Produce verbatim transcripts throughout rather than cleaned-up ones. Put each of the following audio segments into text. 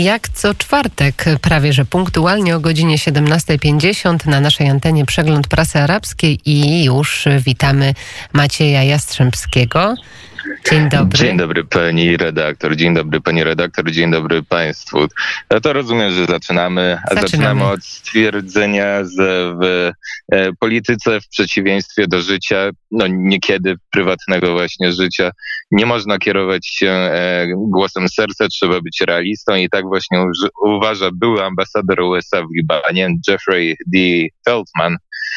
jak co czwartek, prawie że punktualnie o godzinie siedemnasta pięćdziesiąt na naszej antenie Przegląd Prasy Arabskiej i już witamy Macieja Jastrzębskiego. Dzień dobry. Dzień dobry pani redaktor, dzień dobry pani redaktor, dzień dobry państwu. Ja to rozumiem, że zaczynamy, a zaczynamy, zaczynamy od stwierdzenia, że w e, polityce w przeciwieństwie do życia, no niekiedy prywatnego właśnie życia, nie można kierować się e, głosem serca, trzeba być realistą i tak właśnie u, uważa były ambasador U S A w Libanie, Jeffrey D. Feltman,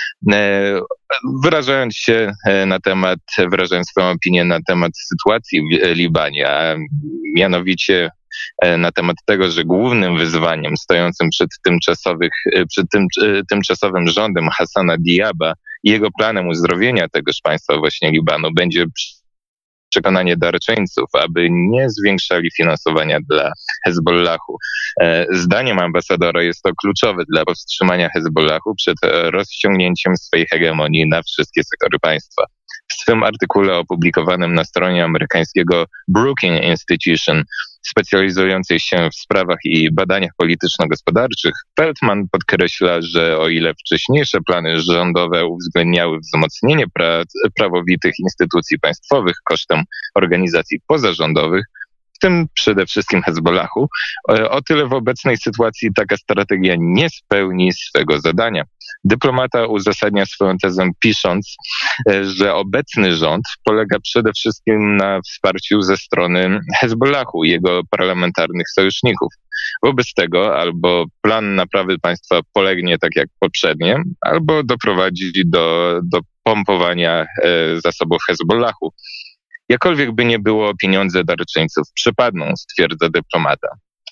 e, wyrażając się na temat, wyrażając swoją opinię na temat sytuacji w Libanie, a mianowicie na temat tego, że głównym wyzwaniem stojącym przed, tymczasowych, przed tym, tymczasowym rządem Hassana Diaba i jego planem uzdrowienia tegoż państwa właśnie Libanu będzie przekonanie darczyńców, aby nie zwiększali finansowania dla Hezbollahu. Zdaniem ambasadora jest to kluczowe dla powstrzymania Hezbollahu przed rozciągnięciem swojej hegemonii na wszystkie sektory państwa. W swym artykule opublikowanym na stronie amerykańskiego Brookings Institution, specjalizującej się w sprawach i badaniach polityczno-gospodarczych, Feltman podkreśla, że o ile wcześniejsze plany rządowe uwzględniały wzmocnienie pra- prawowitych instytucji państwowych kosztem organizacji pozarządowych, w tym przede wszystkim Hezbollahu, o tyle w obecnej sytuacji taka strategia nie spełni swego zadania. Dyplomata uzasadnia swoją tezę pisząc, że obecny rząd polega przede wszystkim na wsparciu ze strony Hezbollahu i jego parlamentarnych sojuszników. Wobec tego albo plan naprawy państwa polegnie tak jak poprzednie, albo doprowadzi do, do pompowania e, zasobów Hezbollahu. Jakkolwiek by nie było, pieniądze darczyńców przypadną, stwierdza dyplomata.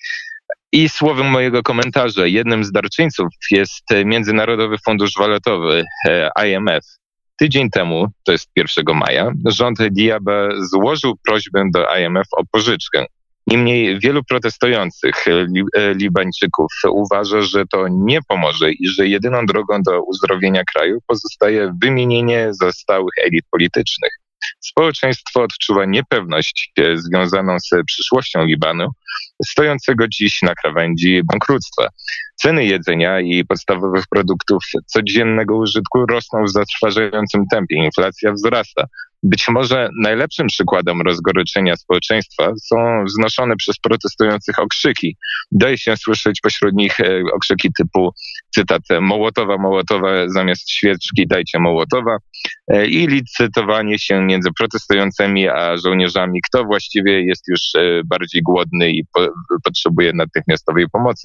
I słowem mojego komentarza, jednym z darczyńców jest Międzynarodowy Fundusz Walutowy, I M F. Tydzień temu, to jest pierwszego maja, rząd Diaba złożył prośbę do I M F o pożyczkę. Niemniej wielu protestujących Libańczyków uważa, że to nie pomoże i że jedyną drogą do uzdrowienia kraju pozostaje wymienienie zostałych elit politycznych. Społeczeństwo odczuwa niepewność związaną z przyszłością Libanu, stojącego dziś na krawędzi bankructwa. Ceny jedzenia i podstawowych produktów codziennego użytku rosną w zatrważającym tempie. Inflacja wzrasta. Być może najlepszym przykładem rozgoryczenia społeczeństwa są wznoszone przez protestujących okrzyki. Daje się słyszeć pośród nich okrzyki typu, cytat, Mołotowa, Mołotowa, zamiast świeczki dajcie Mołotowa i licytowanie się między protestującymi a żołnierzami, kto właściwie jest już bardziej głodny i po, potrzebuje natychmiastowej pomocy.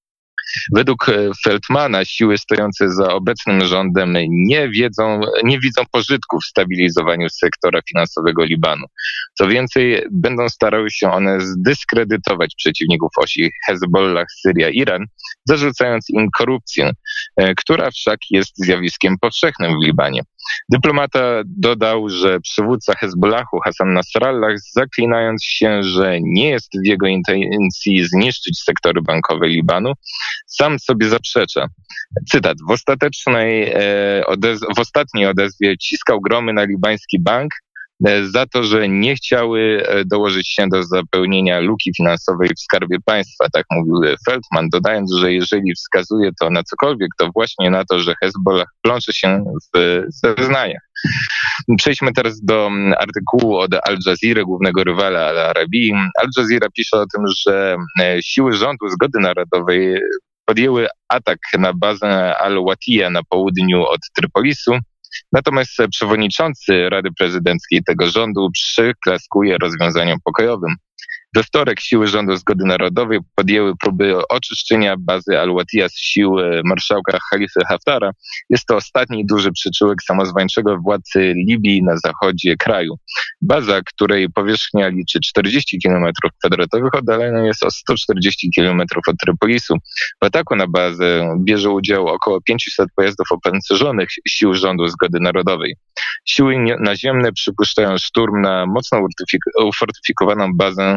Według Feltmana siły stojące za obecnym rządem nie wiedzą, nie widzą pożytku w stabilizowaniu sektora finansowego Libanu. Co więcej, będą starały się one zdyskredytować przeciwników osi Hezbollah, Syria, Iran, zarzucając im korupcję, która wszak jest zjawiskiem powszechnym w Libanie. Dyplomata dodał, że przywódca Hezbollahu Hassan Nasrallah, zaklinając się, że nie jest w jego intencji zniszczyć sektory bankowe Libanu, sam sobie zaprzecza. Cytat. W ostatecznej, e, odez- w ostatniej odezwie ciskał gromy na libański bank e, za to, że nie chciały e, dołożyć się do zapełnienia luki finansowej w skarbie państwa, tak mówił Feltman, dodając, że jeżeli wskazuje to na cokolwiek, to właśnie na to, że Hezbollah plącze się w zeznaniach. Przejdźmy teraz do artykułu od Al Jazeera, głównego rywala Al Arabii. Al Jazeera pisze o tym, że siły rządu Zgody Narodowej podjęły atak na bazę Al-Watiya na południu od Trypolisu, natomiast przewodniczący Rady Prezydenckiej tego rządu przyklaskuje rozwiązaniom pokojowym. We wtorek siły rządu Zgody Narodowej podjęły próby oczyszczenia bazy Al-Watiya z sił marszałka Khalify Haftara. Jest to ostatni duży przyczółek samozwańczego władcy Libii na zachodzie kraju. Baza, której powierzchnia liczy czterdzieści kilometrów kwadratowych, oddalona jest o sto czterdzieści kilometrów od Trypolisu. W ataku na bazę bierze udział około pięćset pojazdów opancerzonych sił rządu Zgody Narodowej. Siły naziemne przypuszczają szturm na mocno ufortyfikowaną bazę.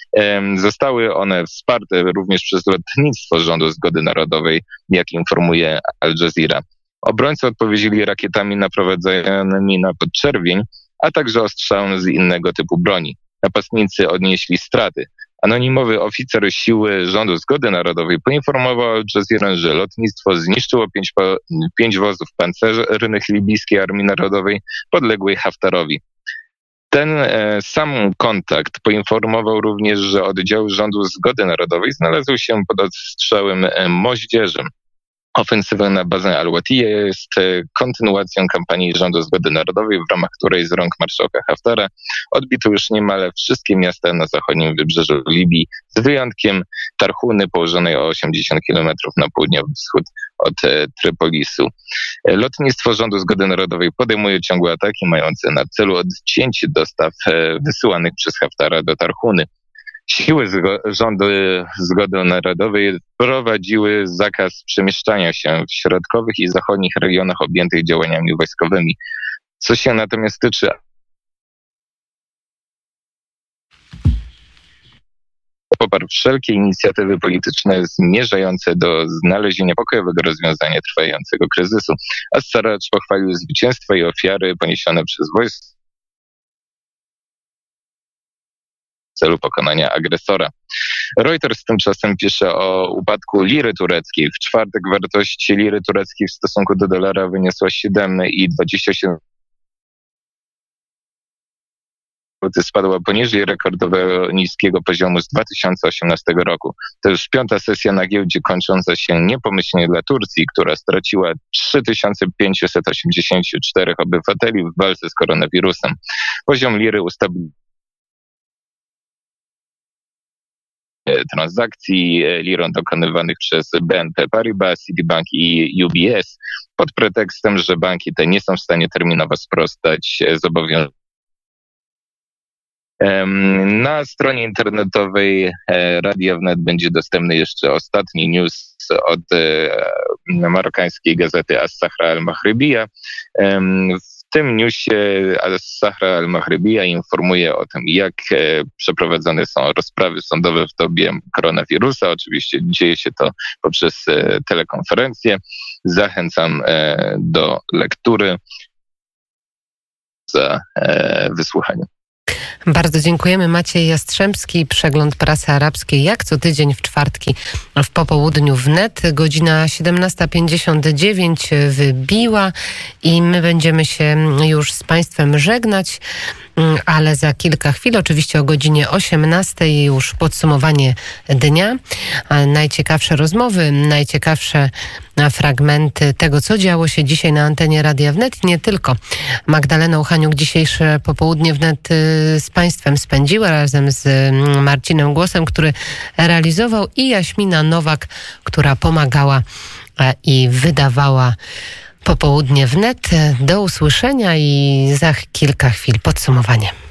Zostały one wsparte również przez lotnictwo rządu Zgody Narodowej, jak informuje Al Jazeera. Obrońcy odpowiedzieli rakietami naprowadzonymi na podczerwień, a także ostrzałem z innego typu broni. Napastnicy odnieśli straty, Anonimowy oficer siły rządu Zgody Narodowej poinformował Al Jazeera, że lotnictwo zniszczyło pięć, po, pięć wozów pancernych libijskiej Armii Narodowej podległej Haftarowi. Ten e, sam kontakt poinformował również, że oddziały rządu Zgody Narodowej znalazły się pod ostrzałem e, moździerzem. Ofensywa na bazę Al-Watiyah jest kontynuacją kampanii rządu Zgody Narodowej, w ramach której z rąk marszałka Haftara odbito już niemal wszystkie miasta na zachodnim wybrzeżu Libii, z wyjątkiem Tarhuny, położonej o osiemdziesiąt kilometrów na południowy wschód od Trypolisu. Lotnictwo rządu Zgody Narodowej podejmuje ciągłe ataki mające na celu odcięcie dostaw wysyłanych przez Haftara do Tarhuny. Siły zgo- rządu Zgody Narodowej wprowadziły zakaz przemieszczania się w środkowych i zachodnich regionach objętych działaniami wojskowymi. Co się natomiast tyczy poparł wszelkie inicjatywy polityczne zmierzające do znalezienia pokojowego rozwiązania trwającego kryzysu. As-Sarraj pochwalił zwycięstwa i ofiary poniesione przez wojsko w celu pokonania agresora. Reuters tymczasem pisze o upadku liry tureckiej. W czwartek wartość liry tureckiej w stosunku do dolara wyniosła siedem przecinek dwadzieścia siedem. Spadła poniżej rekordowego niskiego poziomu z dwa tysiące osiemnastego roku. To już piąta sesja na giełdzie kończąca się niepomyślnie dla Turcji, która straciła trzy tysiące pięćset osiemdziesiąt cztery obywateli w walce z koronawirusem. Poziom liry ustabilizował transakcji lirą dokonywanych przez B N P Paribas, Citibank i U B S pod pretekstem, że banki te nie są w stanie terminowo sprostać zobowiązaniom. Na stronie internetowej Radia Wnet będzie dostępny jeszcze ostatni news od marokańskiej gazety As-Sahra Al-Maghribiya. W tym newsie As-Sahra Al-Maghribiya informuje o tym, jak przeprowadzane są rozprawy sądowe w dobie koronawirusa. Oczywiście dzieje się to poprzez telekonferencję. Zachęcam do lektury za wysłuchanie. Bardzo dziękujemy. Maciej Jastrzębski, Przegląd Prasy Arabskiej, jak co tydzień w czwartki w popołudniu wnet. Godzina siedemnasta pięćdziesiąt dziewięć wybiła i my będziemy się już z Państwem żegnać, ale za kilka chwil, oczywiście o godzinie osiemnastej już podsumowanie dnia. Najciekawsze rozmowy, najciekawsze fragmenty tego, co działo się dzisiaj na antenie Radia Wnet. Nie tylko. Magdalena Uchaniuk dzisiejsze popołudnie wnet z Państwem spędziła razem z Marcinem Głosem, który realizował, i Jaśmina Nowak, która pomagała i wydawała popołudnie wnet. Do usłyszenia i za kilka chwil podsumowanie.